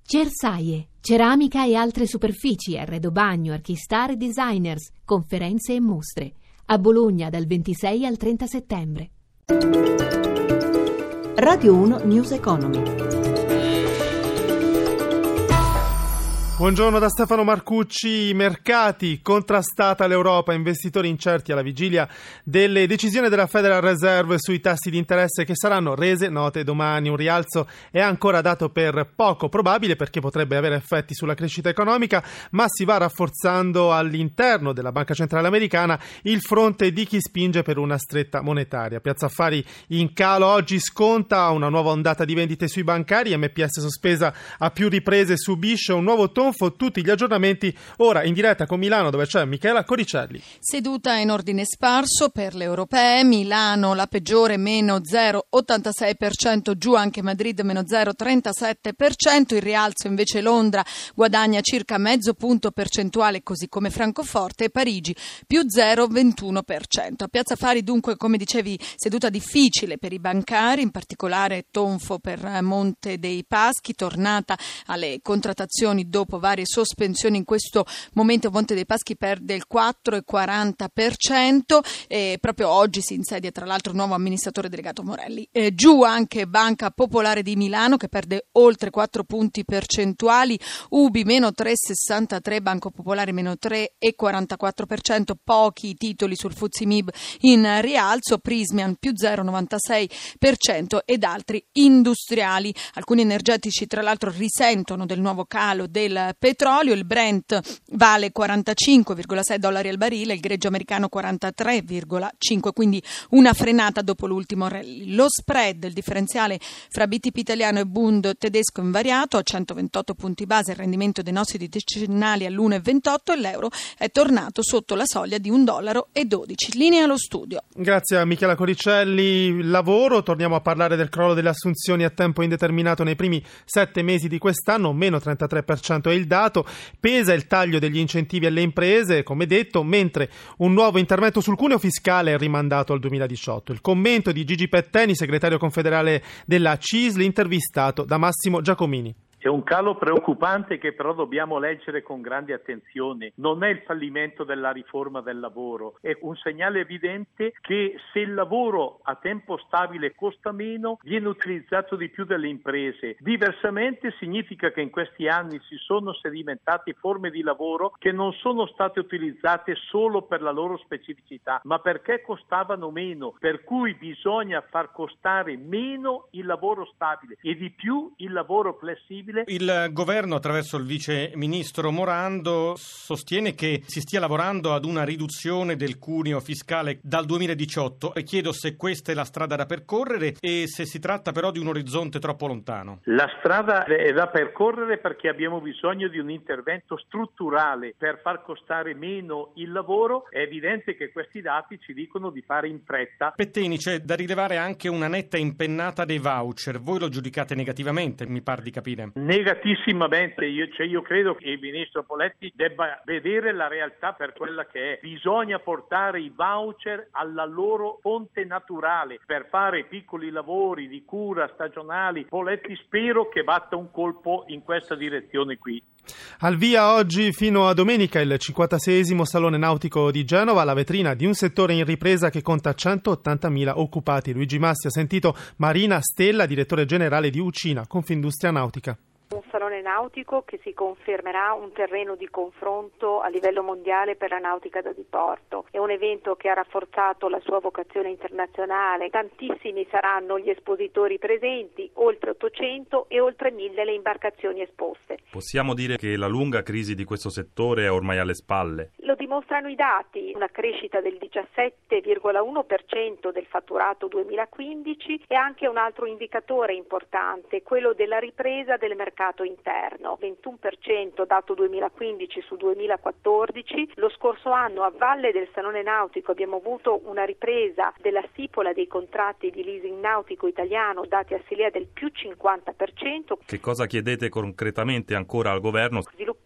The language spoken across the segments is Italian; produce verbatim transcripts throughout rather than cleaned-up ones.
Cersaie, ceramica e altre superfici, arredo bagno, archistar e designers, conferenze e mostre. A Bologna dal ventisei al trenta settembre. Radio uno News Economy. Buongiorno da Stefano Marcucci. I mercati, contrastata l'Europa, investitori incerti alla vigilia delle decisioni della Federal Reserve sui tassi di interesse che saranno rese note domani. Un rialzo è ancora dato per poco probabile perché potrebbe avere effetti sulla crescita economica, ma si va rafforzando all'interno della Banca Centrale Americana il fronte di chi spinge per una stretta monetaria. Piazza Affari in calo oggi sconta una nuova ondata di vendite sui bancari. M P S sospesa a più riprese subisce un nuovo tonfo. Tutti gli aggiornamenti ora in diretta con Milano, dove c'è Michela Coricelli. Seduta in ordine sparso per le europee. Milano la peggiore, meno zero virgola ottantasei per cento, giù anche Madrid meno zero virgola trentasette per cento. Il rialzo invece Londra guadagna circa mezzo punto percentuale, così come Francoforte, e Parigi più zero virgola ventuno per cento. A Piazza Affari dunque, come dicevi, seduta difficile per i bancari, in particolare tonfo per Monte dei Paschi, tornata alle contrattazioni dopo varie sospensioni. In questo momento Monte dei Paschi perde il quattro virgola quaranta per cento e proprio oggi si insedia tra l'altro il nuovo amministratore delegato Morelli. E giù anche Banca Popolare di Milano, che perde oltre quattro punti percentuali, Ubi meno tre virgola sessantatré, Banco Popolare meno tre virgola quarantaquattro per cento, pochi titoli sul F T S E M I B in rialzo, Prysmian più zero virgola novantasei per cento ed altri industriali. Alcuni energetici tra l'altro risentono del nuovo calo del petrolio. Il Brent vale quarantacinque virgola sei dollari al barile, il greggio americano quarantatré virgola cinque, quindi una frenata dopo l'ultimo rally. Lo spread, il differenziale fra B T P italiano e Bund tedesco invariato a centoventotto punti base, il rendimento dei nostri decennali all'uno virgola ventotto e l'euro è tornato sotto la soglia di un dollaro e dodici. Linea allo studio. Grazie a Michela Coricelli. Lavoro, torniamo a parlare del crollo delle assunzioni a tempo indeterminato nei primi sette mesi di quest'anno, meno trentatré per cento è il dato. Pesa il taglio degli incentivi alle imprese, come detto, mentre un nuovo intervento sul cuneo fiscale è rimandato al duemiladiciotto. Il commento di Gigi Petteni, segretario confederale della C I S L, intervistato da Massimo Giacomini. È un calo preoccupante che però dobbiamo leggere con grande attenzione. Non è il fallimento della riforma del lavoro, è un segnale evidente che se il lavoro a tempo stabile costa meno, viene utilizzato di più dalle imprese. Diversamente significa che in questi anni si sono sedimentate forme di lavoro che non sono state utilizzate solo per la loro specificità, ma perché costavano meno, per cui bisogna far costare meno il lavoro stabile e di più il lavoro flessibile. Il governo, attraverso il vice ministro Morando, sostiene che si stia lavorando ad una riduzione del cuneo fiscale dal duemiladiciotto e chiedo se questa è la strada da percorrere e se si tratta però di un orizzonte troppo lontano. La strada è da percorrere perché abbiamo bisogno di un intervento strutturale per far costare meno il lavoro. È evidente che questi dati ci dicono di fare in fretta. Petteni, c'è da rilevare anche una netta impennata dei voucher. Voi lo giudicate negativamente, mi par di capire. Negatissimamente, io, cioè io credo che il ministro Poletti debba vedere la realtà per quella che è. Bisogna portare i voucher alla loro fonte naturale per fare piccoli lavori di cura stagionali. Poletti spero che batta un colpo in questa direzione qui. Al via oggi fino a domenica il cinquantaseiesimo Salone Nautico di Genova, la vetrina di un settore in ripresa che conta centottantamila occupati. Luigi Massi ha sentito Marina Stella, direttore generale di Ucina, Confindustria Nautica. Un salone nautico che si confermerà un terreno di confronto a livello mondiale per la nautica da diporto. È un evento che ha rafforzato la sua vocazione internazionale. Tantissimi saranno gli espositori presenti, oltre ottocento e oltre mille le imbarcazioni esposte. Possiamo dire che la lunga crisi di questo settore è ormai alle spalle? Lo dimostrano i dati, una crescita del diciassette virgola uno per cento del fatturato duemilaquindici e anche un altro indicatore importante, quello della ripresa del mercato interno, ventuno per cento dato duemilaquindici su duemilaquattordici. Lo scorso anno a valle del Salone Nautico abbiamo avuto una ripresa della stipula dei contratti di leasing nautico italiano dati a Silea del più cinquanta per cento. Che cosa chiedete concretamente ancora al governo? Sviluppare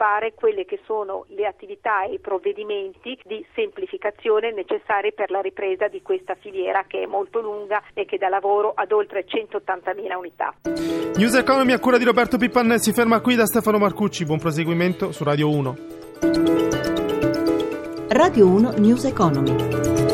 sviluppare quelle che sono le attività e i provvedimenti di semplificazione necessari per la ripresa di questa filiera che è molto lunga e che dà lavoro ad oltre centottantamila unità. News Economy a cura di Roberto Pippan si ferma qui. Da Stefano Marcucci, buon proseguimento su Radio uno. Radio uno News Economy.